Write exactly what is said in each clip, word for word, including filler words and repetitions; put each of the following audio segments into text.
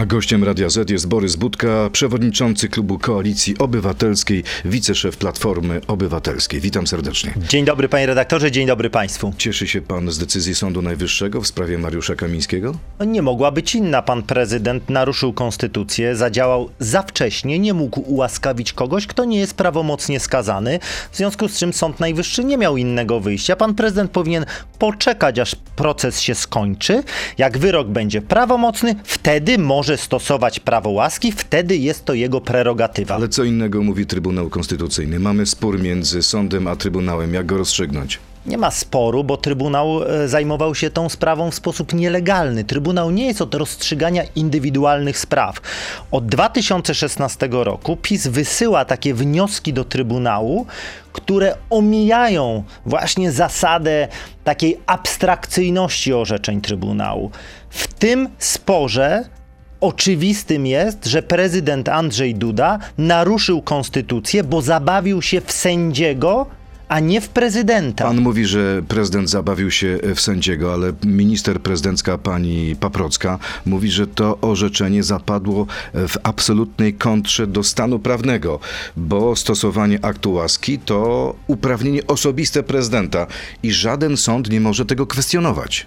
A gościem Radia Z jest Borys Budka, przewodniczący klubu Koalicji Obywatelskiej, wiceszef Platformy Obywatelskiej. Witam serdecznie. Dzień dobry panie redaktorze, dzień dobry państwu. Cieszy się pan z decyzji Sądu Najwyższego w sprawie Mariusza Kamińskiego? No nie mogła być inna. Pan prezydent naruszył konstytucję, zadziałał za wcześnie, nie mógł ułaskawić kogoś, kto nie jest prawomocnie skazany, w związku z czym Sąd Najwyższy nie miał innego wyjścia. Pan prezydent powinien poczekać, aż proces się skończy. Jak wyrok będzie prawomocny, wtedy może stosować prawo łaski, wtedy jest to jego prerogatywa. Ale co innego mówi Trybunał Konstytucyjny? Mamy spór między sądem a Trybunałem. Jak go rozstrzygnąć? Nie ma sporu, bo Trybunał zajmował się tą sprawą w sposób nielegalny. Trybunał nie jest od rozstrzygania indywidualnych spraw. Od dwa tysiące szesnastego roku PiS wysyła takie wnioski do Trybunału, które omijają właśnie zasadę takiej abstrakcyjności orzeczeń Trybunału. W tym sporze oczywistym jest, że prezydent Andrzej Duda naruszył konstytucję, bo zabawił się w sędziego, a nie w prezydenta. Pan mówi, że prezydent zabawił się w sędziego, ale minister prezydencka pani Paprocka mówi, że to orzeczenie zapadło w absolutnej kontrze do stanu prawnego, bo stosowanie aktu łaski to uprawnienie osobiste prezydenta i żaden sąd nie może tego kwestionować.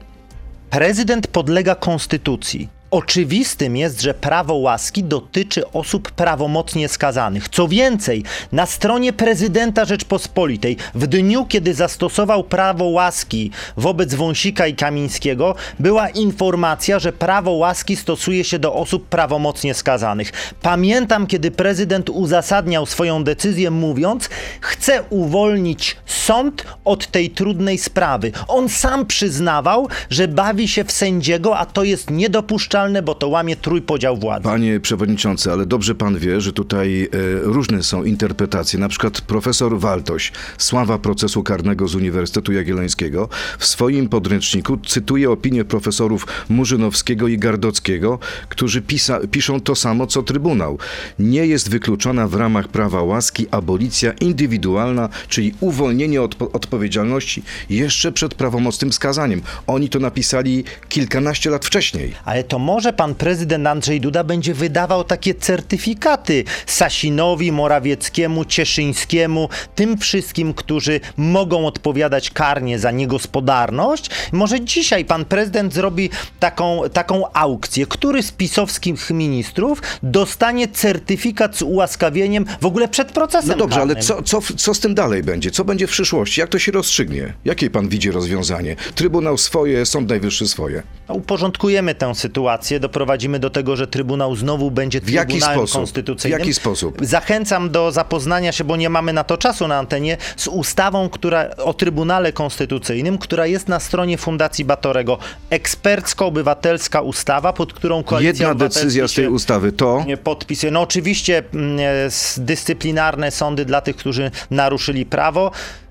Prezydent podlega konstytucji. Oczywistym jest, że prawo łaski dotyczy osób prawomocnie skazanych. Co więcej, na stronie prezydenta Rzeczpospolitej w dniu, kiedy zastosował prawo łaski wobec Wąsika i Kamińskiego, była informacja, że prawo łaski stosuje się do osób prawomocnie skazanych. Pamiętam, kiedy prezydent uzasadniał swoją decyzję mówiąc: chcę uwolnić sąd od tej trudnej sprawy. On sam przyznawał, że bawi się w sędziego, a to jest niedopuszczalne, bo to łamie trójpodział władzy. Panie przewodniczący, ale dobrze pan wie, że tutaj e, różne są interpretacje. Na przykład profesor Waltoś, sława procesu karnego z Uniwersytetu Jagiellońskiego, w swoim podręczniku cytuje opinię profesorów Murzynowskiego i Gardockiego, którzy pisa, piszą to samo, co Trybunał. Nie jest wykluczona w ramach prawa łaski abolicja indywidualna, czyli uwolnienie od odpowiedzialności jeszcze przed prawomocnym skazaniem. Oni to napisali kilkanaście lat wcześniej. Ale to może pan prezydent Andrzej Duda będzie wydawał takie certyfikaty Sasinowi, Morawieckiemu, Cieszyńskiemu, tym wszystkim, którzy mogą odpowiadać karnie za niegospodarność. Może dzisiaj pan prezydent zrobi taką, taką aukcję, który z pisowskich ministrów dostanie certyfikat z ułaskawieniem w ogóle przed procesem No dobrze, karnym. ale co, co, co z tym dalej będzie? Co będzie w przyszłości? Jak to się rozstrzygnie? Jakie pan widzi rozwiązanie? Trybunał swoje, Sąd Najwyższy swoje. No, uporządkujemy tę sytuację, doprowadzimy do tego, że Trybunał znowu będzie w jaki Trybunałem sposób? Konstytucyjnym. W jaki sposób? Zachęcam do zapoznania się, bo nie mamy na to czasu na antenie, z ustawą, która o Trybunale Konstytucyjnym, która jest na stronie Fundacji Batorego. Ekspercko-obywatelska ustawa, pod którą Koalicja Jedna Obywatelska decyzja z tej ustawy to... podpisuje. No oczywiście mm, dyscyplinarne sądy dla tych, którzy naruszyli prawo.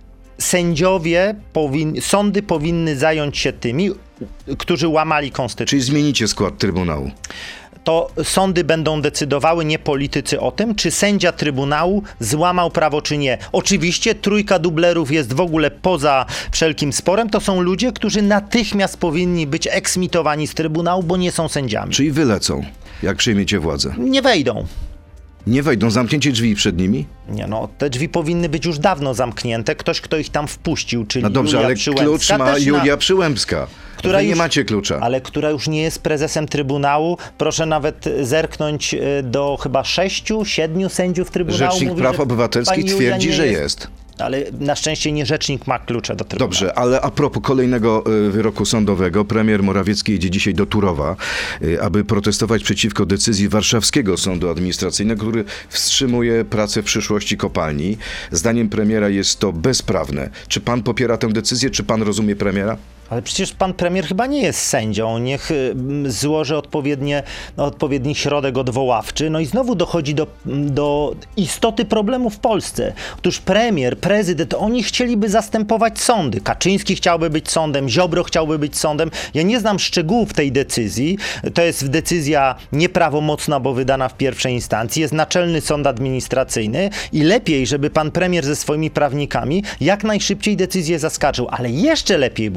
Sędziowie, powin- sądy powinny zająć się tymi, którzy łamali konstytucję. Czyli zmienicie skład Trybunału. To sądy będą decydowały, nie politycy, o tym, czy sędzia Trybunału złamał prawo, czy nie. Oczywiście trójka dublerów jest w ogóle poza wszelkim sporem. To są ludzie, którzy natychmiast powinni być eksmitowani z Trybunału, bo nie są sędziami. Czyli wylecą, jak przejmiecie władzę. Nie wejdą. Nie wejdą, zamknięcie drzwi przed nimi? Nie, no, te drzwi powinny być już dawno zamknięte. Ktoś, kto ich tam wpuścił, czyli No dobrze, Julia ale Przyłębska, klucz ma też Julia na... Przyłębska. Która Wy nie już, macie klucza. Ale która już nie jest prezesem Trybunału. Proszę nawet zerknąć do chyba sześciu, siedmiu sędziów Trybunału. Rzecznik Mówi, Praw że Obywatelskich pani Julia twierdzi, nie że jest. jest. Ale na szczęście nie rzecznik ma klucze do Trybunału. Dobrze, ale a propos kolejnego y, wyroku sądowego, premier Morawiecki jedzie dzisiaj do Turowa, y, aby protestować przeciwko decyzji Warszawskiego Sądu Administracyjnego, który wstrzymuje pracę w przyszłości kopalni. Zdaniem premiera jest to bezprawne. Czy pan popiera tę decyzję, czy pan rozumie premiera? Ale przecież pan premier chyba nie jest sędzią. Niech złoży odpowiednie, no, odpowiedni środek odwoławczy. No i znowu dochodzi do, do istoty problemu w Polsce. Otóż premier, prezydent, oni chcieliby zastępować sądy. Kaczyński chciałby być sądem, Ziobro chciałby być sądem. Ja nie znam szczegółów tej decyzji. To jest decyzja nieprawomocna, bo wydana w pierwszej instancji. Jest Naczelny Sąd Administracyjny i lepiej, żeby pan premier ze swoimi prawnikami jak najszybciej decyzję zaskarżył. Ale jeszcze lepiej byłoby,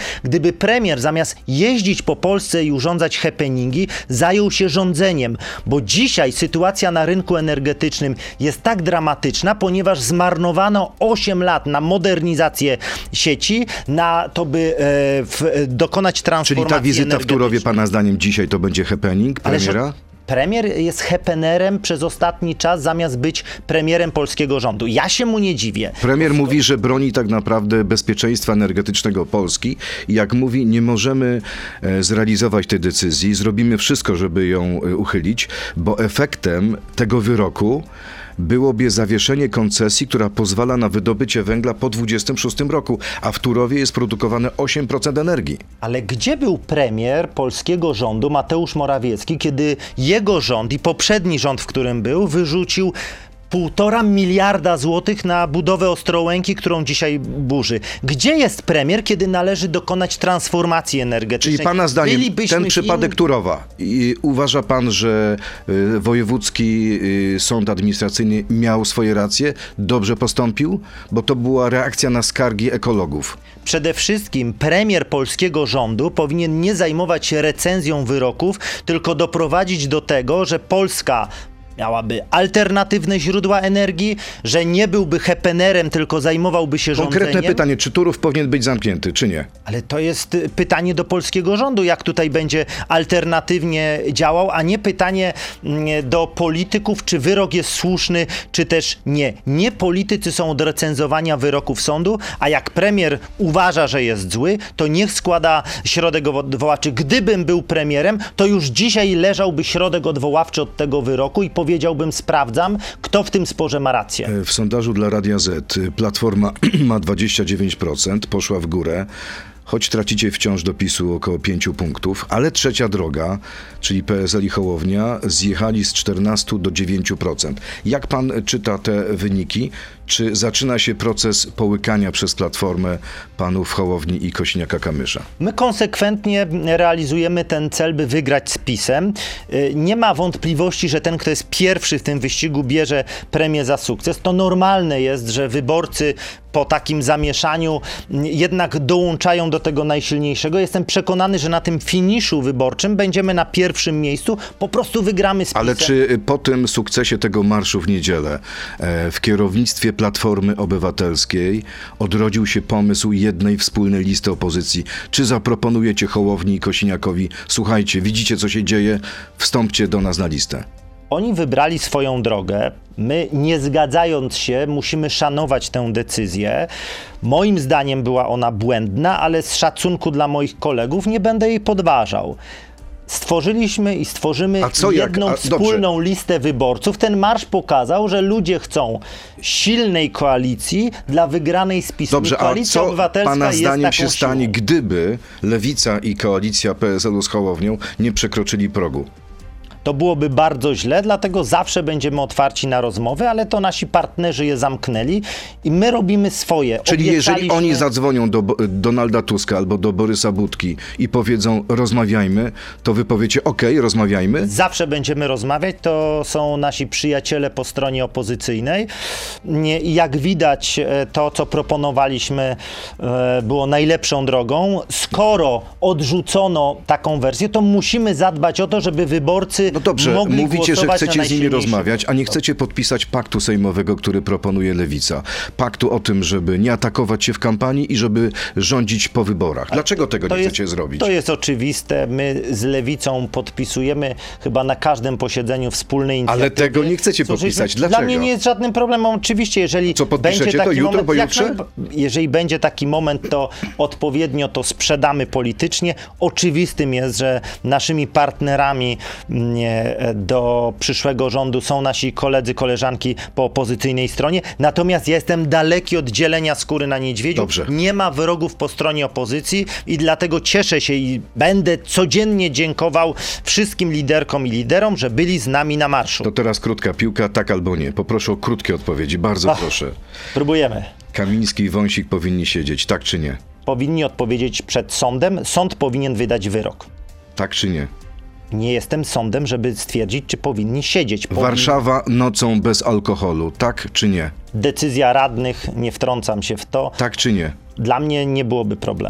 gdyby premier zamiast jeździć po Polsce i urządzać happeningi, zajął się rządzeniem, bo dzisiaj sytuacja na rynku energetycznym jest tak dramatyczna, ponieważ zmarnowano osiem lat na modernizację sieci, na to, by e, w, dokonać transformacji Czyli ta wizyta w Turowie, energetycznej. pana zdaniem, dzisiaj to będzie happening premiera? Ale premier jest happenerem przez ostatni czas, zamiast być premierem polskiego rządu. Ja się mu nie dziwię. Premier mówi, że broni tak naprawdę bezpieczeństwa energetycznego Polski i jak mówi, nie możemy e, zrealizować tej decyzji, zrobimy wszystko, żeby ją e, uchylić, bo efektem tego wyroku byłoby zawieszenie koncesji, która pozwala na wydobycie węgla po dwudziestym szóstym roku, a w Turowie jest produkowane osiem procent energii. Ale gdzie był premier polskiego rządu Mateusz Morawiecki, kiedy jego rząd i poprzedni rząd, w którym był, wyrzucił półtora miliarda złotych na budowę Ostrołęki, którą dzisiaj burzy? Gdzie jest premier, kiedy należy dokonać transformacji energetycznej? Czyli pana zdaniem Bylibyśmy ten przypadek in... Turowa, i uważa pan, że y, wojewódzki y, sąd administracyjny miał swoje racje, dobrze postąpił? Bo to była reakcja na skargi ekologów. Przede wszystkim premier polskiego rządu powinien nie zajmować się recenzją wyroków, tylko doprowadzić do tego, że Polska miałaby alternatywne źródła energii, że nie byłby happenerem, tylko zajmowałby się rządzeniem. Konkretne pytanie, czy Turów powinien być zamknięty, czy nie? Ale to jest pytanie do polskiego rządu, jak tutaj będzie alternatywnie działał, a nie pytanie do polityków, czy wyrok jest słuszny, czy też nie. Nie politycy są od recenzowania wyroków sądu, a jak premier uważa, że jest zły, to niech składa środek odwoławczy. Gdybym był premierem, to już dzisiaj leżałby środek odwoławczy od tego wyroku i powiedziałbym, sprawdzam, kto w tym sporze ma rację. W sondażu dla Radia Z Platforma ma dwadzieścia dziewięć procent, poszła w górę, choć tracicie wciąż do PiSu około pięciu punktów, ale Trzecia Droga, czyli P S L i Hołownia, zjechali z czternastu do dziewięciu procent. Jak pan czyta te wyniki? Czy zaczyna się proces połykania przez Platformę panów Hołowni i Kosiniaka-Kamysza? My konsekwentnie realizujemy ten cel, by wygrać z PiS-em. Nie ma wątpliwości, że ten, kto jest pierwszy w tym wyścigu, bierze premię za sukces. To normalne jest, że wyborcy po takim zamieszaniu jednak dołączają do tego najsilniejszego. Jestem przekonany, że na tym finiszu wyborczym będziemy na pierwszym miejscu, po prostu wygramy z PiS-em. Ale czy po tym sukcesie tego marszu w niedzielę w kierownictwie Platformy Obywatelskiej odrodził się pomysł jednej wspólnej listy opozycji? Czy zaproponujecie Hołowni i Kosiniakowi: słuchajcie, widzicie, co się dzieje, wstąpcie do nas na listę? Oni wybrali swoją drogę. My, nie zgadzając się, musimy szanować tę decyzję. Moim zdaniem była ona błędna, ale z szacunku dla moich kolegów nie będę jej podważał. Stworzyliśmy i stworzymy A co jak? jedną A, wspólną dobrze. listę wyborców. Ten marsz pokazał, że ludzie chcą silnej koalicji dla wygranej z PiS-em. Dobrze, a Koalicja co Obywatelska pana jest zdaniem taką się stanie, siłą. gdyby Lewica i koalicja P S L-u z Hołownią nie przekroczyli progu? To byłoby bardzo źle, dlatego zawsze będziemy otwarci na rozmowy, ale to nasi partnerzy je zamknęli i my robimy swoje. Czyli jeżeli Obiecaliśmy... oni zadzwonią do Bo- Donalda Tuska albo do Borysa Budki i powiedzą: rozmawiajmy, to wy powiecie: okej, rozmawiajmy? Zawsze będziemy rozmawiać, to są nasi przyjaciele po stronie opozycyjnej. Nie, i jak widać, e, to, co proponowaliśmy, e, było najlepszą drogą. Skoro odrzucono taką wersję, to musimy zadbać o to, żeby wyborcy No dobrze, mogli mówicie, że głosować chcecie na z nimi najsilniejszych. rozmawiać, a nie chcecie podpisać paktu sejmowego, który proponuje Lewica. Paktu o tym, żeby nie atakować się w kampanii i żeby rządzić po wyborach. Dlaczego tego To nie jest, chcecie zrobić? To jest oczywiste. My z Lewicą podpisujemy chyba na każdym posiedzeniu wspólnej inicjatywy. Ale tego nie chcecie podpisać. Słuchajcie, Dlaczego? Dla mnie nie jest żadnym problemem. Oczywiście, jeżeli Co podpiszecie, będzie taki to jutro, moment, jak pojutrze? naj- jeżeli będzie taki moment, to odpowiednio to sprzedamy politycznie. Oczywistym jest, że naszymi partnerami nie, do przyszłego rządu są nasi koledzy, koleżanki po opozycyjnej stronie. Natomiast ja jestem daleki od dzielenia skóry na niedźwiedziu. Dobrze. Nie ma wrogów po stronie opozycji i dlatego cieszę się i będę codziennie dziękował wszystkim liderkom i liderom, że byli z nami na marszu. To teraz krótka piłka, tak albo nie. Poproszę o krótkie odpowiedzi, bardzo Ach. proszę. Próbujemy. Kamiński i Wąsik powinni siedzieć, tak czy nie? Powinni odpowiedzieć przed sądem. Sąd powinien wydać wyrok. Tak czy nie? Nie jestem sądem, żeby stwierdzić, czy powinni siedzieć. Powinni... Warszawa nocą bez alkoholu, tak czy nie? Decyzja radnych, nie wtrącam się w to. Tak czy nie? Dla mnie nie byłoby problemu.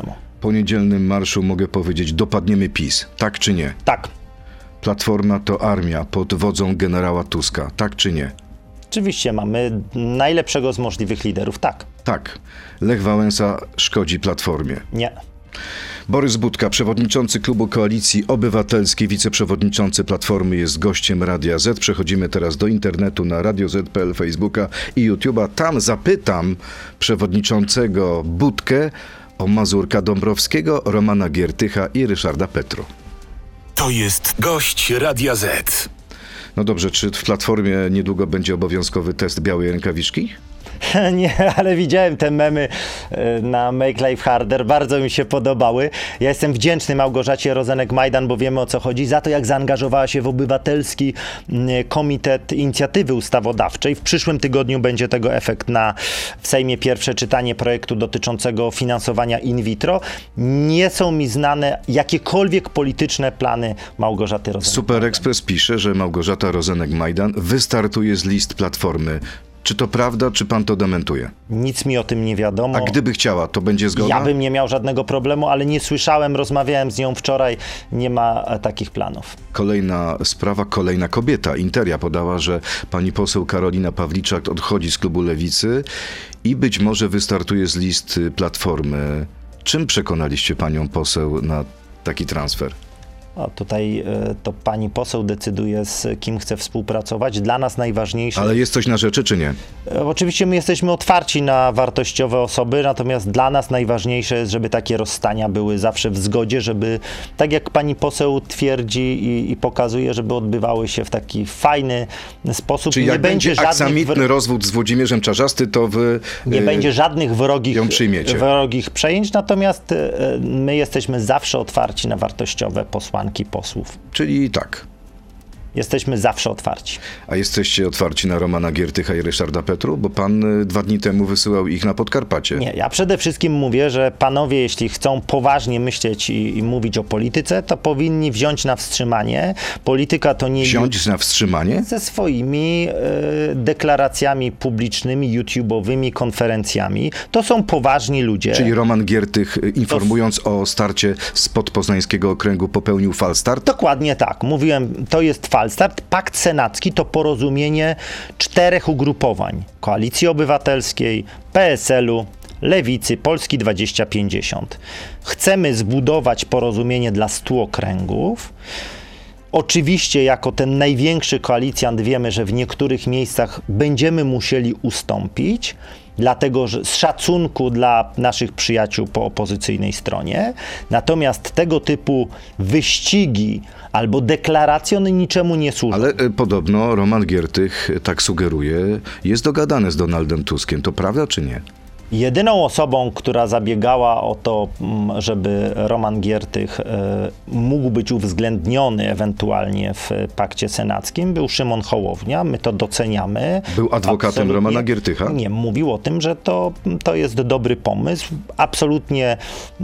Po niedzielnym marszu mogę powiedzieć, dopadniemy PiS. Tak czy nie? Tak. Platforma to armia pod wodzą generała Tuska. Tak czy nie? Oczywiście mamy najlepszego z możliwych liderów. Tak. Tak. Lech Wałęsa szkodzi Platformie. Nie. Borys Budka, przewodniczący klubu Koalicji Obywatelskiej, wiceprzewodniczący Platformy, jest gościem Radia Z. Przechodzimy teraz do internetu na radio zet kropka pe el, Facebooka i YouTube'a. Tam zapytam przewodniczącego Budkę o Mazurka Dąbrowskiego, Romana Giertycha i Ryszarda Petru. To jest gość Radia Z. No dobrze, czy w Platformie niedługo będzie obowiązkowy test białej rękawiczki? Nie, ale widziałem te memy na Make Life Harder, bardzo mi się podobały. Ja jestem wdzięczny Małgorzacie Rozenek-Majdan, bo wiemy, o co chodzi, za to, jak zaangażowała się w obywatelski Komitet Inicjatywy Ustawodawczej. W przyszłym tygodniu będzie tego efekt na w Sejmie pierwsze czytanie projektu dotyczącego finansowania in vitro. Nie są mi znane jakiekolwiek polityczne plany Małgorzaty Rozenek-Majdan. Super Express pisze, że Małgorzata Rozenek-Majdan wystartuje z list Platformy. Czy to prawda, czy pan to dementuje? Nic mi o tym nie wiadomo. A gdyby chciała, to będzie zgoda? Ja bym nie miał żadnego problemu, ale nie słyszałem, rozmawiałem z nią wczoraj, nie ma e, takich planów. Kolejna sprawa, kolejna kobieta. Interia podała, że pani poseł Karolina Pawliczak odchodzi z klubu Lewicy i być może wystartuje z list Platformy. Czym przekonaliście panią poseł na taki transfer? O, tutaj e, to pani poseł decyduje, z kim chce współpracować. Dla nas najważniejsze... Ale jest coś na rzeczy, czy nie? E, oczywiście my jesteśmy otwarci na wartościowe osoby, natomiast dla nas najważniejsze jest, żeby takie rozstania były zawsze w zgodzie, żeby, tak jak pani poseł twierdzi i, i pokazuje, żeby odbywały się w taki fajny sposób. Czyli nie jak będzie będzie aksamitny wr... rozwód z Włodzimierzem Czarzasty, to wy... Nie yy, będzie żadnych wrogich, ją przyjmiecie. wrogich przejęć, natomiast e, my jesteśmy zawsze otwarci na wartościowe posłanki. Posłów. Czyli tak. Jesteśmy zawsze otwarci. A jesteście otwarci na Romana Giertycha i Ryszarda Petru? Bo pan y, dwa dni temu wysyłał ich na Podkarpacie. Nie, ja przede wszystkim mówię, że panowie, jeśli chcą poważnie myśleć i, i mówić o polityce, to powinni wziąć na wstrzymanie. Polityka to nie... Wziąć na wstrzymanie? Ze swoimi e, deklaracjami publicznymi, YouTube'owymi, konferencjami. To są poważni ludzie. Czyli Roman Giertych, y, informując to... o starcie spod poznańskiego okręgu, popełnił falstart? Dokładnie tak. Mówiłem, to jest falstart. Pakt senacki to porozumienie czterech ugrupowań. Koalicji Obywatelskiej, P S L-u, Lewicy, Polski dwadzieścia pięćdziesiąt. Chcemy zbudować porozumienie dla stu okręgów. Oczywiście jako ten największy koalicjant wiemy, że w niektórych miejscach będziemy musieli ustąpić, dlatego że z szacunku dla naszych przyjaciół po opozycyjnej stronie. Natomiast tego typu wyścigi albo deklaracje, one niczemu nie służą. Ale y, podobno Roman Giertych, y, tak sugeruje, jest dogadany z Donaldem Tuskiem. To prawda czy nie? Jedyną osobą, która zabiegała o to, żeby Roman Giertych mógł być uwzględniony ewentualnie w pakcie senackim, był Szymon Hołownia. My to doceniamy. Był adwokatem Absolutnie. Romana Giertycha? Nie, mówił o tym, że to, to jest dobry pomysł. Absolutnie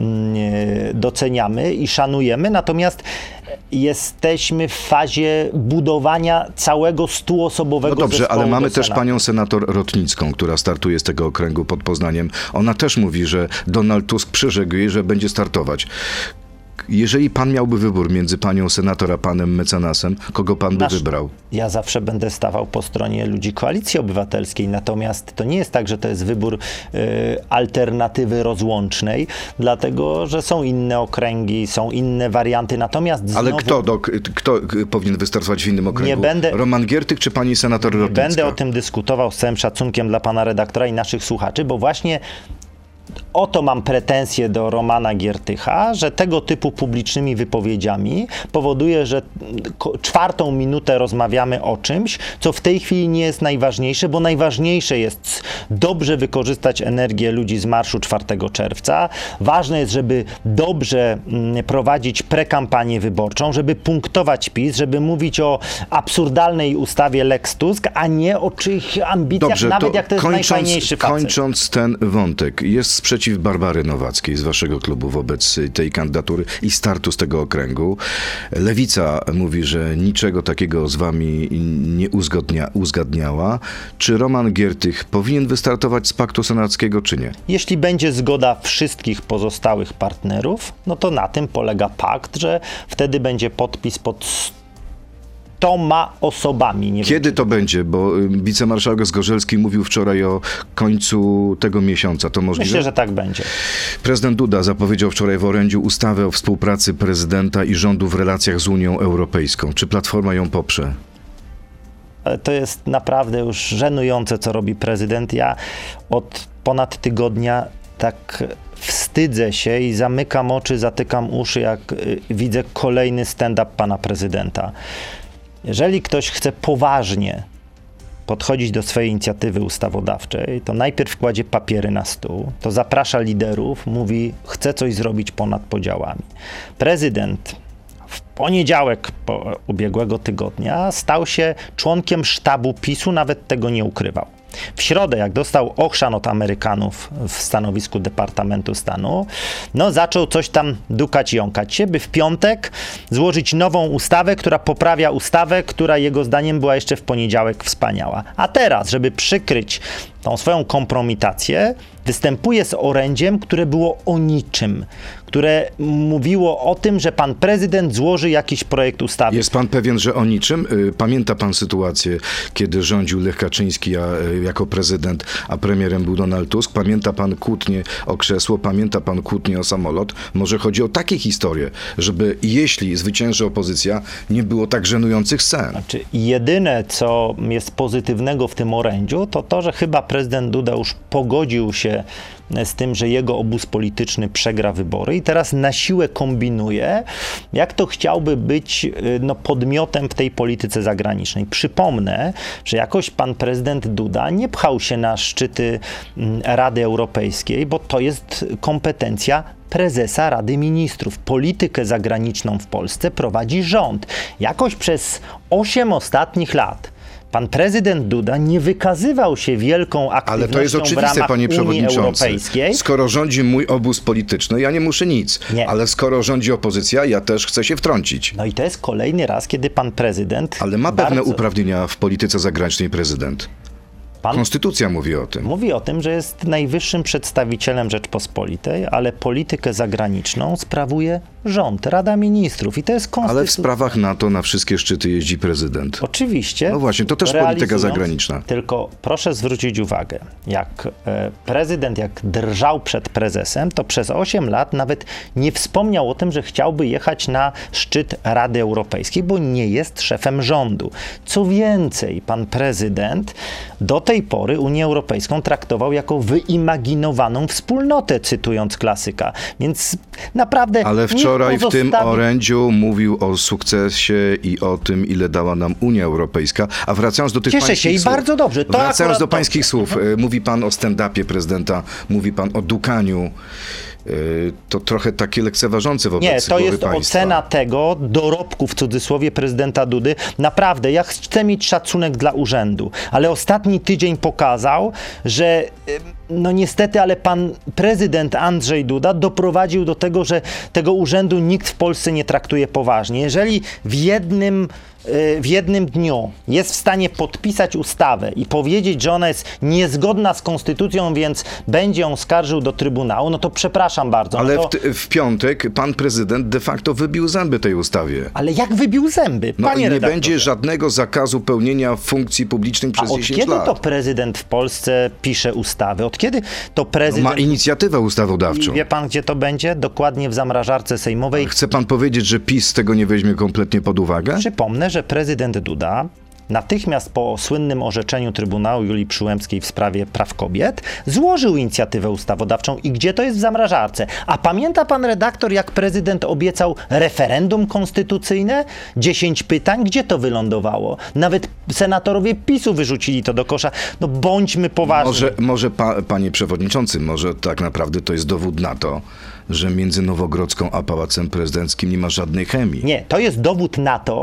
doceniamy i szanujemy, natomiast jesteśmy w fazie budowania całego stuosobowego No dobrze, zespołu ale mamy do też Senatu. panią senator Rotnicką, która startuje z tego okręgu pod Poznaniem. Ona też mówi, że Donald Tusk przyrzekł jej, że będzie startować. Jeżeli pan miałby wybór między panią senator a panem mecenasem, kogo pan by Nasz- wybrał? Ja zawsze będę stawał po stronie ludzi Koalicji Obywatelskiej, natomiast to nie jest tak, że to jest wybór y, alternatywy rozłącznej, dlatego, że są inne okręgi, są inne warianty, natomiast Ale znowu kto, do, kto powinien wystartować w innym okręgu? Nie będę- Roman Giertych czy pani senator nie Rotnicka? będę o tym dyskutował z całym szacunkiem dla pana redaktora i naszych słuchaczy, bo właśnie o to mam pretensje do Romana Giertycha, że tego typu publicznymi wypowiedziami powoduje, że ko- czwartą minutę rozmawiamy o czymś, co w tej chwili nie jest najważniejsze, bo najważniejsze jest dobrze wykorzystać energię ludzi z marszu czwartego czerwca. Ważne jest, żeby dobrze mm, prowadzić prekampanię wyborczą, żeby punktować PiS, żeby mówić o absurdalnej ustawie Lex Tusk, a nie o czyichś ambicjach, Dobrze, nawet to jak to jest kończąc, najfajniejszy facet. kończąc ten wątek, jest sprzeciw przeciw Barbary Nowackiej z waszego klubu wobec tej kandydatury i startu z tego okręgu. Lewica mówi, że niczego takiego z wami nie uzgodnia, uzgadniała. Czy Roman Giertych powinien wystartować z paktu senackiego, czy nie? Jeśli będzie zgoda wszystkich pozostałych partnerów, no to na tym polega pakt, że wtedy będzie podpis pod stoma osobami. Nie Kiedy wiem, to będzie? Bo y, wicemarszałek Zgorzelski mówił wczoraj o końcu tego miesiąca. To możliwe? Myślę, że tak będzie. Prezydent Duda zapowiedział wczoraj w orędziu ustawę o współpracy prezydenta i rządu w relacjach z Unią Europejską. Czy Platforma ją poprze? Ale to jest naprawdę już żenujące, co robi prezydent. Ja od ponad tygodnia tak wstydzę się i zamykam oczy, zatykam uszy, jak y, widzę kolejny stand-up pana prezydenta. Jeżeli ktoś chce poważnie podchodzić do swojej inicjatywy ustawodawczej, to najpierw kładzie papiery na stół, to zaprasza liderów, mówi, chce coś zrobić ponad podziałami. Prezydent w poniedziałek po ubiegłego tygodnia stał się członkiem sztabu PiSu, nawet tego nie ukrywał. W środę, jak dostał ochrzan od Amerykanów w stanowisku Departamentu Stanu, no zaczął coś tam dukać, jąkać się, by w piątek złożyć nową ustawę, która poprawia ustawę, która jego zdaniem była jeszcze w poniedziałek wspaniała. A teraz, żeby przykryć tą swoją kompromitację, występuje z orędziem, które było o niczym, które mówiło o tym, że pan prezydent złoży jakiś projekt ustawy. Jest pan pewien, że o niczym? Y, Pamięta pan sytuację, kiedy rządził Lech Kaczyński a, y, jako prezydent, a premierem był Donald Tusk? Pamięta pan kłótnię o krzesło? Pamięta pan kłótnię o samolot? Może chodzi o takie historie, żeby jeśli zwycięży opozycja, nie było tak żenujących scen. Znaczy, jedyne, co jest pozytywnego w tym orędziu, to to, że chyba prezydent Duda już pogodził się z tym, że jego obóz polityczny przegra wybory i teraz na siłę kombinuje, jak to chciałby być no, podmiotem w tej polityce zagranicznej. Przypomnę, że jakoś pan prezydent Duda nie pchał się na szczyty Rady Europejskiej, bo to jest kompetencja prezesa Rady Ministrów. Politykę zagraniczną w Polsce prowadzi rząd. Jakoś przez osiem ostatnich lat pan prezydent Duda nie wykazywał się wielką aktywnością Ale to jest w oczywiste, ramach panie Unii przewodniczący. Europejskiej. Skoro rządzi mój obóz polityczny, ja nie muszę nic. Nie. Ale skoro rządzi opozycja, ja też chcę się wtrącić. No i to jest kolejny raz, kiedy pan prezydent... Ale ma pewne bardzo- uprawnienia w polityce zagranicznej prezydent. Pan Konstytucja mówi o tym. mówi o tym, że jest najwyższym przedstawicielem Rzeczpospolitej, ale politykę zagraniczną sprawuje rząd, Rada Ministrów i to jest konstytucja. Ale w sprawach NATO na wszystkie szczyty jeździ prezydent. Oczywiście. No właśnie, to też polityka realizując, zagraniczna. Tylko proszę zwrócić uwagę, jak e, prezydent, jak drżał przed prezesem, to przez osiem lat nawet nie wspomniał o tym, że chciałby jechać na szczyt Rady Europejskiej, bo nie jest szefem rządu. Co więcej, pan prezydent do tej pory Unię Europejską traktował jako wyimaginowaną wspólnotę, cytując klasyka. Więc naprawdę Ale niech wczoraj w tym pozostawi- orędziu mówił o sukcesie i o tym, ile dała nam Unia Europejska. A wracając do tych Cieszę pańskich się i słów, bardzo dobrze. To Wracając akurat do pańskich dobrze. słów, y, mówi pan o stand-upie prezydenta, mówi pan o dukaniu. Y, To trochę takie lekceważące wobec Nie, to głowy jest państwa. ocena tego dorobku w cudzysłowie prezydenta Dudy. Naprawdę, ja chcę mieć szacunek dla urzędu, ale ostatni tydzień pokazał, że ym, no niestety, ale pan prezydent Andrzej Duda doprowadził do tego, że tego urzędu nikt w Polsce nie traktuje poważnie. Jeżeli w jednym w jednym dniu jest w stanie podpisać ustawę i powiedzieć, że ona jest niezgodna z konstytucją, więc będzie ją skarżył do Trybunału, no to przepraszam bardzo. Ale no w, to, ty- w piątek pan prezydent de facto wybił zęby tej ustawie. ale jak wybił zęby, No panie i nie redaktorze? będzie żadnego zakazu pełnienia funkcji publicznych A przez od dziesięć kiedy lat. to prezydent w Polsce pisze ustawy? Od kiedy to prezydent... Ma inicjatywę I ustawodawczą. wie pan, gdzie to będzie? Dokładnie w zamrażarce sejmowej. Chce pan powiedzieć, że PiS tego nie weźmie kompletnie pod uwagę? Przypomnę, że prezydent Duda natychmiast po słynnym orzeczeniu Trybunału Julii Przyłębskiej w sprawie praw kobiet złożył inicjatywę ustawodawczą. I gdzie to jest w zamrażarce? A pamięta pan redaktor, jak prezydent obiecał referendum konstytucyjne? Dziesięć pytań? Gdzie to wylądowało? Nawet senatorowie PiSu wyrzucili to do kosza. No bądźmy poważni. Może, może pa, panie przewodniczący, może tak naprawdę to jest dowód na to, że między Nowogrodzką a Pałacem Prezydenckim nie ma żadnej chemii. Nie, to jest dowód na to,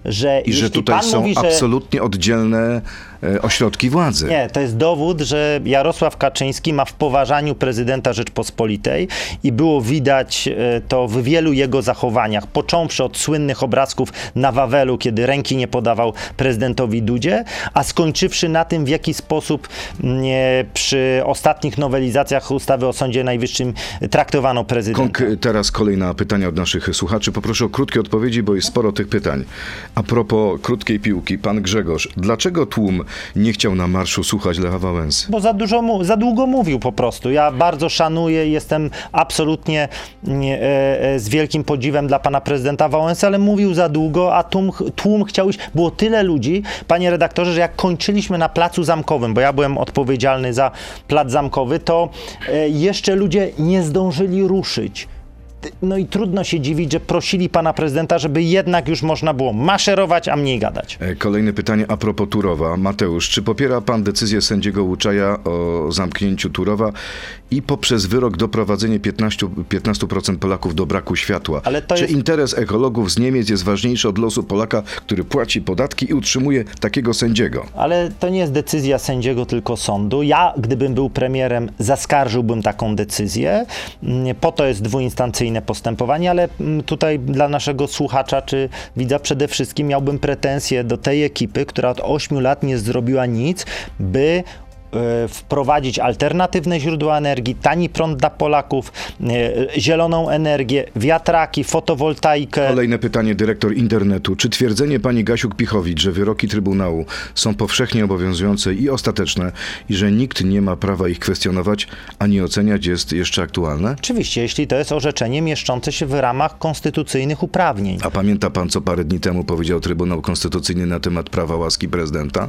że I jeśli że tutaj pan są mówi, że... absolutnie oddzielne e, ośrodki władzy. Nie, to jest dowód, że Jarosław Kaczyński ma w poważaniu prezydenta Rzeczpospolitej i było widać e, to w wielu jego zachowaniach, począwszy od słynnych obrazków na Wawelu, kiedy ręki nie podawał prezydentowi Dudzie, a skończywszy na tym, w jaki sposób nie, przy ostatnich nowelizacjach ustawy o Sądzie Najwyższym traktowano prezydenta. Konk- teraz kolejna pytania od naszych słuchaczy. Poproszę o krótkie odpowiedzi, bo jest sporo tych pytań. A propos krótkiej piłki, pan Grzegorz, dlaczego tłum nie chciał na marszu słuchać Lecha Wałęsy? Bo za dużo, mu, za długo mówił po prostu. Ja bardzo szanuję, jestem absolutnie nie, e, z wielkim podziwem dla pana prezydenta Wałęsy, ale mówił za długo, a tłum, tłum chciał iść. Było tyle ludzi, panie redaktorze, że jak kończyliśmy na Placu Zamkowym, bo ja byłem odpowiedzialny za Plac Zamkowy, to e, jeszcze ludzie nie zdążyli ruszyć. No i trudno się dziwić, że prosili pana prezydenta, żeby jednak już można było maszerować, a mniej gadać. E, Kolejne pytanie a propos Turowa. Mateusz, czy popiera pan decyzję sędziego Łuczaja o zamknięciu Turowa i poprzez wyrok doprowadzenie piętnastu procent Polaków do braku światła? Ale to czy jest... interes ekologów z Niemiec jest ważniejszy od losu Polaka, który płaci podatki i utrzymuje takiego sędziego? Ale to nie jest decyzja sędziego, tylko sądu. Ja, gdybym był premierem, zaskarżyłbym taką decyzję. Po to jest dwuinstancyjne postępowanie, ale tutaj dla naszego słuchacza czy widza przede wszystkim miałbym pretensje do tej ekipy, która od ośmiu lat nie zrobiła nic, by wprowadzić alternatywne źródła energii, tani prąd dla Polaków, zieloną energię, wiatraki, fotowoltaikę. Kolejne pytanie, dyrektor internetu. Czy twierdzenie pani Gasiuk-Pichowicz, że wyroki Trybunału są powszechnie obowiązujące i ostateczne i że nikt nie ma prawa ich kwestionować ani oceniać, jest jeszcze aktualne? Oczywiście, jeśli to jest orzeczenie mieszczące się w ramach konstytucyjnych uprawnień. A pamięta pan, co parę dni temu powiedział Trybunał Konstytucyjny na temat prawa łaski prezydenta?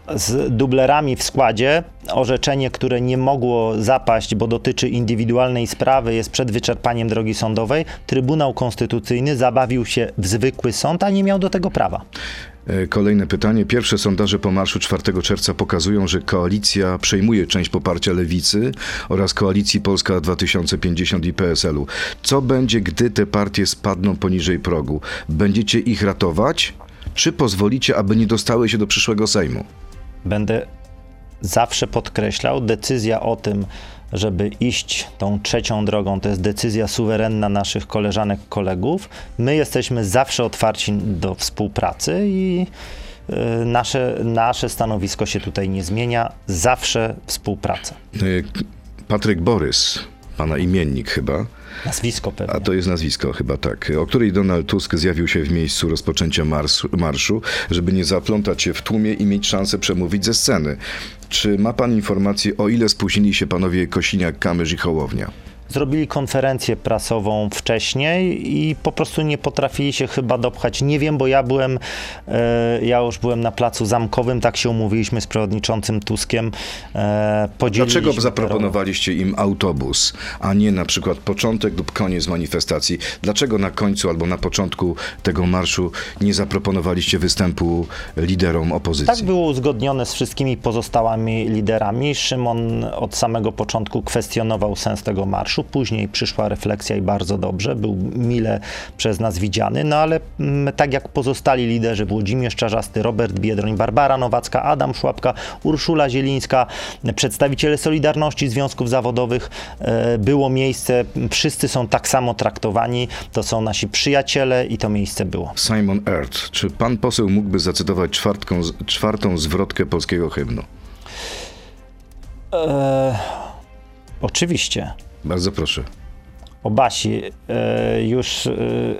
Z dublerami w składzie. Orzeczenie, które nie mogło zapaść, bo dotyczy indywidualnej sprawy, jest przed wyczerpaniem drogi sądowej. Trybunał Konstytucyjny zabawił się w zwykły sąd, a nie miał do tego prawa. Kolejne pytanie. Pierwsze sondaże po marszu czwartego czerwca pokazują, że koalicja przejmuje część poparcia Lewicy oraz Koalicji Polska dwa tysiące pięćdziesiąt i P S L u. Co będzie, gdy te partie spadną poniżej progu? Będziecie ich ratować, czy pozwolicie, aby nie dostały się do przyszłego Sejmu? Będę zawsze podkreślał, decyzja o tym, żeby iść tą trzecią drogą, to jest decyzja suwerenna naszych koleżanek, kolegów. My jesteśmy zawsze otwarci do współpracy i y, nasze, nasze stanowisko się tutaj nie zmienia. Zawsze współpraca. Patryk Borys, pana imiennik chyba. Nazwisko pewnie. A to jest nazwisko chyba, tak. O której Donald Tusk zjawił się w miejscu rozpoczęcia marszu, marszu, żeby nie zaplątać się w tłumie i mieć szansę przemówić ze sceny. Czy ma pan informację, o ile spóźnili się panowie Kosiniak, Kamysz i Hołownia? Zrobili konferencję prasową wcześniej i po prostu nie potrafili się chyba dopchać. Nie wiem, bo ja byłem, e, ja już byłem na Placu Zamkowym, tak się umówiliśmy z przewodniczącym Tuskiem. E, Dlaczego zaproponowaliście im autobus, a nie na przykład początek lub koniec manifestacji? Dlaczego na końcu albo na początku tego marszu nie zaproponowaliście występu liderom opozycji? Tak było uzgodnione z wszystkimi pozostałymi liderami. Szymon od samego początku kwestionował sens tego marszu. Później przyszła refleksja i bardzo dobrze, był mile przez nas widziany, no ale m, tak jak pozostali liderzy, Włodzimierz Czarzasty, Robert Biedroń, Barbara Nowacka, Adam Szłapka, Urszula Zielińska, przedstawiciele Solidarności Związków Zawodowych, e, było miejsce, wszyscy są tak samo traktowani, to są nasi przyjaciele i to miejsce było. Simon Earth, czy pan poseł mógłby zacytować czwartką, czwartą zwrotkę polskiego hymnu? E, oczywiście. Bardzo proszę. O Basi, e, już e,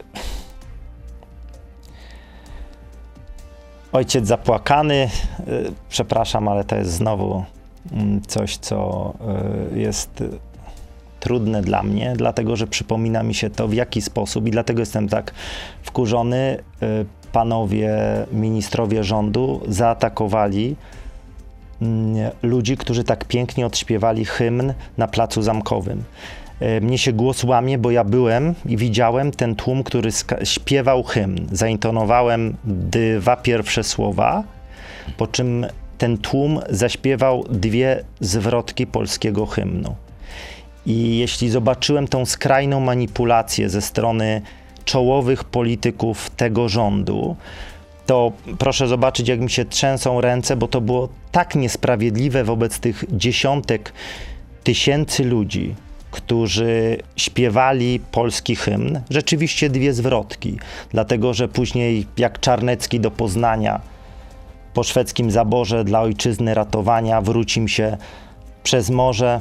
ojciec zapłakany, e, przepraszam, ale to jest znowu m, coś, co e, jest trudne dla mnie, dlatego, że przypomina mi się to, w jaki sposób i dlatego jestem tak wkurzony. E, panowie ministrowie rządu zaatakowali ludzi, którzy tak pięknie odśpiewali hymn na Placu Zamkowym. Mnie się głos łamie, bo ja byłem i widziałem ten tłum, który śpiewał hymn. Zaintonowałem dwa pierwsze słowa, po czym ten tłum zaśpiewał dwie zwrotki polskiego hymnu. I jeśli zobaczyłem tą skrajną manipulację ze strony czołowych polityków tego rządu, to proszę zobaczyć, jak mi się trzęsą ręce, bo to było tak niesprawiedliwe wobec tych dziesiątek tysięcy ludzi, którzy śpiewali polski hymn. Rzeczywiście dwie zwrotki, dlatego że później jak Czarnecki do Poznania po szwedzkim zaborze dla ojczyzny ratowania wrócim się przez morze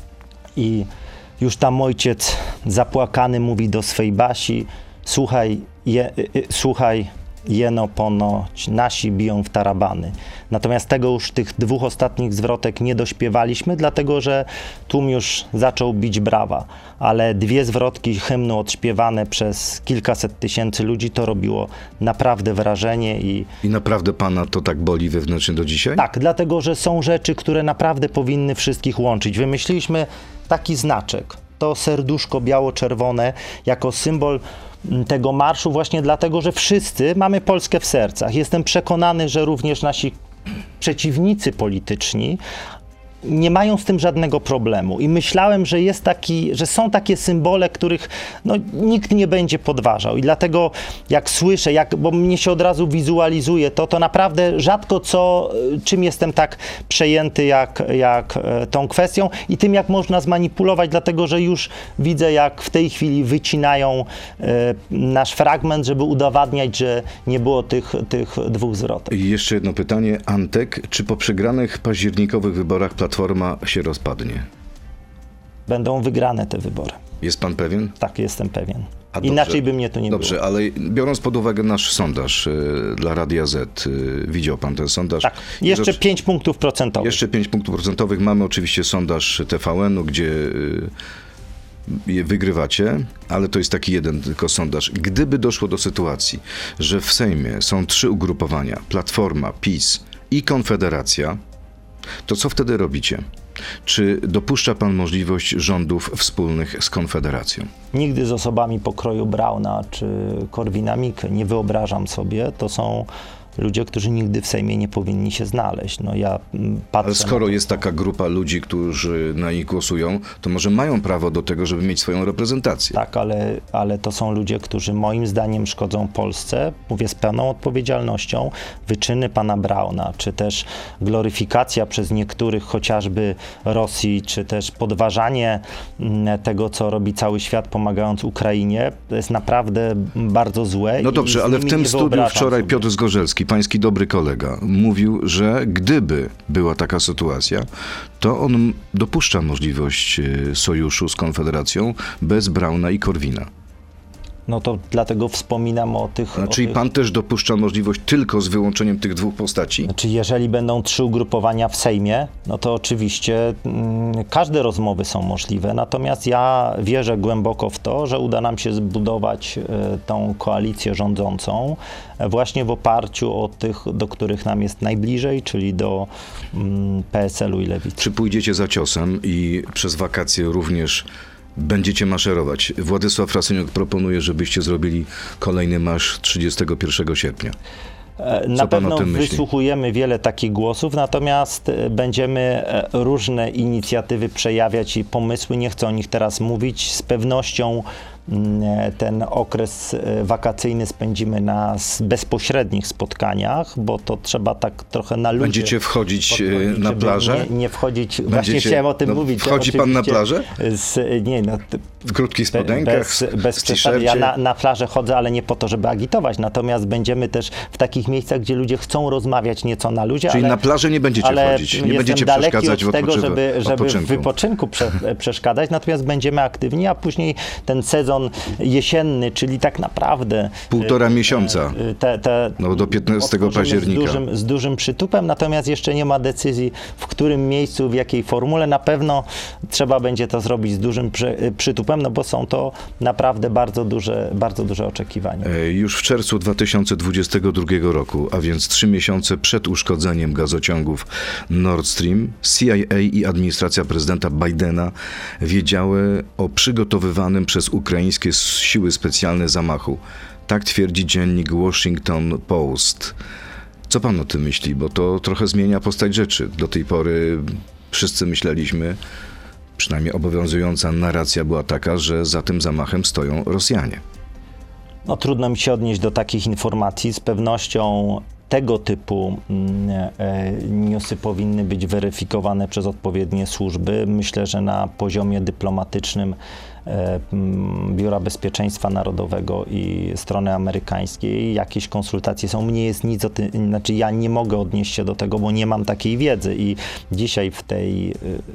i już tam ojciec zapłakany mówi do swej Basi: słuchaj, je, y, y, słuchaj, jeno ponoć nasi biją w tarabany. Natomiast tego już tych dwóch ostatnich zwrotek nie dośpiewaliśmy, dlatego że tłum już zaczął bić brawa. Ale dwie zwrotki hymnu odśpiewane przez kilkaset tysięcy ludzi to robiło naprawdę wrażenie i I naprawdę pana to tak boli wewnętrznie do dzisiaj? tak, dlatego że są rzeczy, które naprawdę powinny wszystkich łączyć. Wymyśliliśmy taki znaczek, to serduszko biało-czerwone jako symbol tego marszu właśnie dlatego, że wszyscy mamy Polskę w sercach. Jestem przekonany, że również nasi przeciwnicy polityczni nie mają z tym żadnego problemu. I myślałem, że jest taki, że są takie symbole, których no, nikt nie będzie podważał. I dlatego jak słyszę, jak, bo mnie się od razu wizualizuje to, to naprawdę rzadko co, czym jestem tak przejęty jak, jak tą kwestią i tym, jak można zmanipulować, dlatego że już widzę, jak w tej chwili wycinają e, nasz fragment, żeby udowadniać, że nie było tych, tych dwóch zwrotek. I jeszcze jedno pytanie. Antek, czy po przegranych październikowych wyborach Platforma się rozpadnie? Będą wygrane te wybory. Jest pan pewien? Tak, jestem pewien. A Inaczej dobrze, by mnie tu nie Dobrze, było. ale biorąc pod uwagę nasz sondaż y, dla Radia Z, y, widział pan ten sondaż? Tak, jeszcze Zresztą- pięć punktów procentowych. Jeszcze pięć punktów procentowych. Mamy oczywiście sondaż T V N-u, gdzie y, je wygrywacie, ale to jest taki jeden tylko sondaż. Gdyby doszło do sytuacji, że w Sejmie są trzy ugrupowania, Platforma, PiS i Konfederacja, to co wtedy robicie? Czy dopuszcza pan możliwość rządów wspólnych z Konfederacją? Nigdy z osobami pokroju Brauna czy Korwina-Mikke nie wyobrażam sobie. To są ludzie, którzy nigdy w Sejmie nie powinni się znaleźć. No ja mm, patrzę Ale skoro na to, jest taka grupa ludzi, którzy na nich głosują, to może mają prawo do tego, żeby mieć swoją reprezentację. Tak, ale, ale to są ludzie, którzy moim zdaniem szkodzą Polsce. Mówię z pełną odpowiedzialnością. Wyczyny pana Brauna, czy też gloryfikacja przez niektórych chociażby Rosji, czy też podważanie mm, tego, co robi cały świat pomagając Ukrainie, to jest naprawdę bardzo złe. No i dobrze, z ale w nimi tym nie studiu wyobrażam wczoraj sobie. Piotr Zgorzelski, pański dobry kolega, mówił, że gdyby była taka sytuacja, to on dopuszcza możliwość e, sojuszu z Konfederacją bez Brauna i Korwina. No to dlatego wspominam o tych... A o czyli tych... pan też dopuszcza możliwość tylko z wyłączeniem tych dwóch postaci? Znaczy, jeżeli będą trzy ugrupowania w Sejmie, no to oczywiście mm, każde rozmowy są możliwe, natomiast ja wierzę głęboko w to, że uda nam się zbudować y, tą koalicję rządzącą e, właśnie w oparciu o tych, do których nam jest najbliżej, czyli do mm, P S L u i Lewicy. Czy pójdziecie za ciosem i przez wakacje również będziecie maszerować? Władysław Frasyniuk proponuje, żebyście zrobili kolejny marsz trzydziestego pierwszego sierpnia. E, Co Na pan pewno o tym myśli? wysłuchujemy wiele takich głosów, natomiast e, będziemy e, różne inicjatywy przejawiać i pomysły. Nie chcę o nich teraz mówić. Z pewnością mm, e, ten okres e, wakacyjny spędzimy na s- bezpośrednich spotkaniach, bo to trzeba tak trochę na ludzie Będziecie wchodzić e, podchodzić, na żeby plażę? Nie, nie wchodzić, właśnie Będziecie- chciałem o tym no, mówić. wchodzi pan na oczywiście plażę? Z, nie, no, t- W krótkich Be- spodenkach, bez, z, bez z przesady. Ja t-shircie? na, na plażę chodzę, ale nie po to, żeby agitować. Natomiast będziemy też w takich miejscach, gdzie ludzie chcą rozmawiać nieco na luzie. Czyli ale, na plażę nie będziecie ale chodzić, nie jestem będziecie daleki przeszkadzać w od tego, odpoczywa- żeby, żeby w odpoczynku. wypoczynku prze, przeszkadzać. Natomiast będziemy aktywni, a później ten sezon jesienny, czyli tak naprawdę Półtora miesiąca. e, te, te No, do piętnastego otworzymy października. Z dużym, z dużym przytupem, natomiast jeszcze nie ma decyzji, w którym miejscu, w jakiej formule. Na pewno trzeba będzie to zrobić z dużym przy, przytupem, no bo są to naprawdę bardzo duże, bardzo duże oczekiwania. E, Już w czerwcu dwa tysiące dwudziestego drugiego roku, a więc trzy miesiące przed uszkodzeniem gazociągów Nord Stream, C I A i administracja prezydenta Bidena wiedziały o przygotowywanym przez ukraińskie siły specjalne zamachu. Tak twierdzi dziennik Washington Post. Co pan o tym myśli? Bo to trochę zmienia postać rzeczy. Do tej pory wszyscy myśleliśmy, przynajmniej obowiązująca narracja była taka, że za tym zamachem stoją Rosjanie. No, trudno mi się odnieść do takich informacji. Z pewnością tego typu e, newsy powinny być weryfikowane przez odpowiednie służby. Myślę, że na poziomie dyplomatycznym e, Biura Bezpieczeństwa Narodowego i strony amerykańskiej jakieś konsultacje są. Mnie jest nic o tym, znaczy ja nie mogę odnieść się do tego, bo nie mam takiej wiedzy i dzisiaj w tej,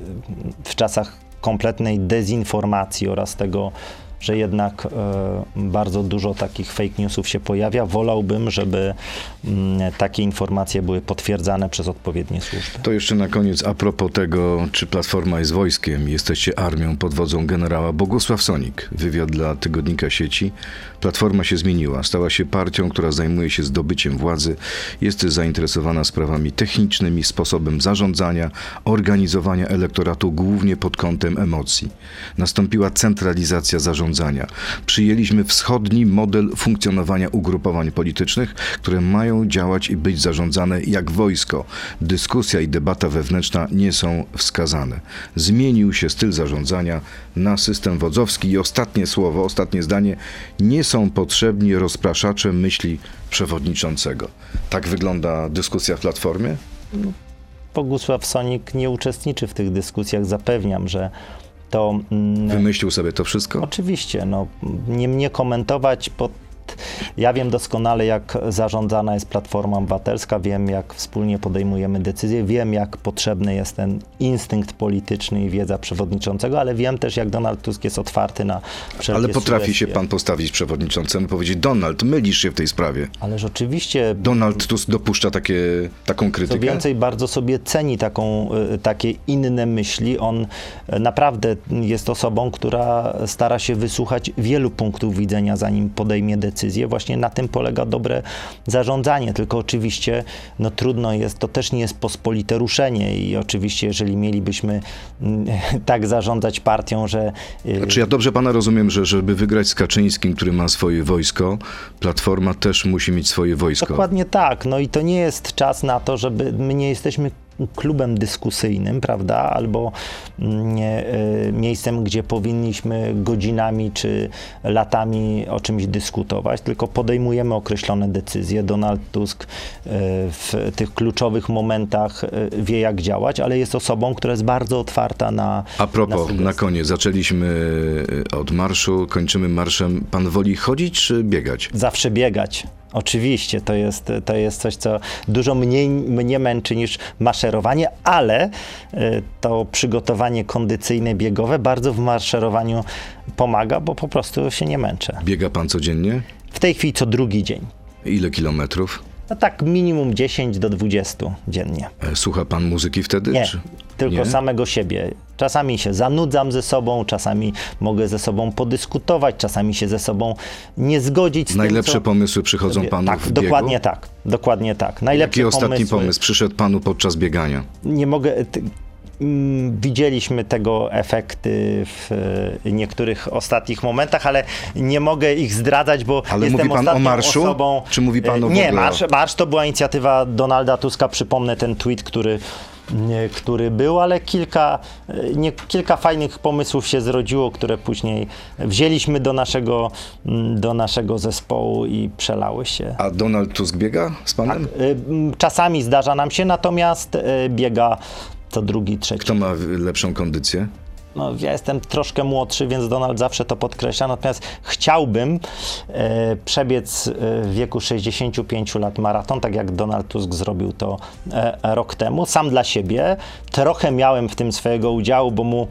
w czasach kompletnej dezinformacji oraz tego, że jednak e, bardzo dużo takich fake newsów się pojawia. Wolałbym, żeby m, takie informacje były potwierdzane przez odpowiednie służby. To jeszcze na koniec a propos tego, czy Platforma jest wojskiem, jesteście armią pod wodzą generała Bogusław Sonik. Wywiad dla tygodnika Sieci. Platforma się zmieniła. Stała się partią, która zajmuje się zdobyciem władzy. Jest zainteresowana sprawami technicznymi, sposobem zarządzania, organizowania elektoratu głównie pod kątem emocji. Nastąpiła centralizacja zarządzania. Przyjęliśmy wschodni model funkcjonowania ugrupowań politycznych, które mają działać i być zarządzane jak wojsko. Dyskusja i debata wewnętrzna nie są wskazane. Zmienił się styl zarządzania na system wodzowski i ostatnie słowo, ostatnie zdanie: nie są potrzebni rozpraszacze myśli przewodniczącego. Tak wygląda dyskusja w Platformie? Bogusław Sonik nie uczestniczy w tych dyskusjach. Zapewniam, że to... Mm, Wymyślił sobie to wszystko? Oczywiście. No, nie mnie komentować, bo ja wiem doskonale, jak zarządzana jest Platforma Obywatelska, wiem, jak wspólnie podejmujemy decyzje, wiem, jak potrzebny jest ten instynkt polityczny i wiedza przewodniczącego, ale wiem też, jak Donald Tusk jest otwarty na wszelkie Ale potrafi sugestie. się pan postawić przewodniczącemu, powiedzieć: Donald, mylisz się w tej sprawie. Ależ oczywiście... Donald Tusk dopuszcza takie, taką Co krytykę? więcej, bardzo sobie ceni taką, y, takie inne myśli. On y, naprawdę jest osobą, która stara się wysłuchać wielu punktów widzenia, zanim podejmie decyzję. Właśnie na tym polega dobre zarządzanie. Tylko oczywiście no, trudno jest, to też nie jest pospolite ruszenie i oczywiście, jeżeli mielibyśmy y, tak zarządzać partią, że... Y, Czy ja dobrze pana rozumiem, że żeby wygrać z Kaczyńskim, który ma swoje wojsko, Platforma też musi mieć swoje wojsko? Dokładnie tak. No i to nie jest czas na to, żeby my nie jesteśmy klubem dyskusyjnym, prawda, albo nie, y, miejscem, gdzie powinniśmy godzinami czy latami o czymś dyskutować, tylko podejmujemy określone decyzje. Donald Tusk y, w tych kluczowych momentach y, wie, jak działać, ale jest osobą, która jest bardzo otwarta na A propos, na, na koniec, zaczęliśmy od marszu, kończymy marszem. Pan woli chodzić czy biegać? Zawsze biegać. Oczywiście, to jest, to jest coś, co dużo mniej mnie męczy niż maszerowanie, ale y, to przygotowanie kondycyjne, biegowe bardzo w maszerowaniu pomaga, bo po prostu się nie męczę. Biega pan codziennie? W tej chwili co drugi dzień. Ile kilometrów? No tak minimum dziesięć do dwudziestu dziennie. E, Słucha pan muzyki wtedy? Nie, czy... tylko nie? samego siebie. Czasami się zanudzam ze sobą, czasami mogę ze sobą podyskutować, czasami się ze sobą nie zgodzić z Najlepsze tym, co... pomysły przychodzą panu Tak, w biegu? dokładnie tak. Dokładnie tak. Najlepsze Jaki ostatni pomysły... pomysł przyszedł panu podczas biegania? Nie mogę... Ty, mm, widzieliśmy tego efekty w y, niektórych ostatnich momentach, ale nie mogę ich zdradzać, bo Ale jestem mówi pan o ostatnią marszu? osobą... Czy mówi pan o w Nie, ogóle o- marsz, marsz to była inicjatywa Donalda Tuska. Przypomnę ten tweet, który nie, który był, ale kilka, nie, kilka fajnych pomysłów się zrodziło, które później wzięliśmy do naszego, do naszego zespołu i przelały się. A Donald Tusk biega z panem? Y, Czasami zdarza nam się, natomiast y, biega co drugi, trzeci. Kto ma lepszą kondycję? No, ja jestem troszkę młodszy, więc Donald zawsze to podkreśla, natomiast chciałbym e, przebiec e, w wieku sześćdziesięciu pięciu lat maraton, tak jak Donald Tusk zrobił to e, rok temu, sam dla siebie. Trochę miałem w tym swojego udziału, bo mu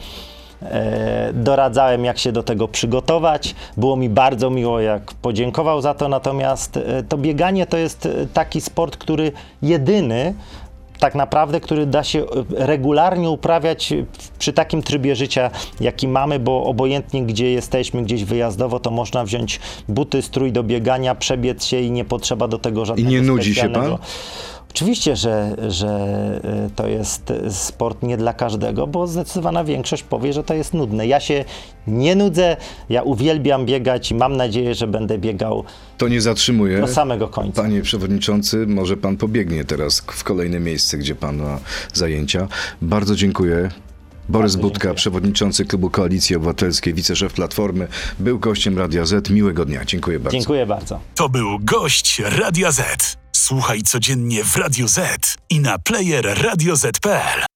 e, doradzałem, jak się do tego przygotować. Było mi bardzo miło, jak podziękował za to, natomiast e, to bieganie to jest taki sport, który jedyny, tak naprawdę, który da się regularnie uprawiać przy takim trybie życia, jaki mamy, bo obojętnie gdzie jesteśmy, gdzieś wyjazdowo, to można wziąć buty, strój do biegania, przebiec się i nie potrzeba do tego żadnego I nie nudzi się specjalnego... pan? Oczywiście, że, że to jest sport nie dla każdego, bo zdecydowana większość powie, że to jest nudne. Ja się nie nudzę, ja uwielbiam biegać i mam nadzieję, że będę biegał To nie zatrzymuje. do samego końca. Panie przewodniczący, może pan pobiegnie teraz w kolejne miejsce, gdzie pan ma zajęcia. Bardzo dziękuję. Borys Bardzo Budka, dziękuję. przewodniczący Klubu Koalicji Obywatelskiej, wiceszef Platformy, był gościem Radia Z. Miłego dnia. Dziękuję bardzo. Dziękuję bardzo. To był gość Radia Z. Słuchaj codziennie w Radio Z i na player radio zet kropka pe el.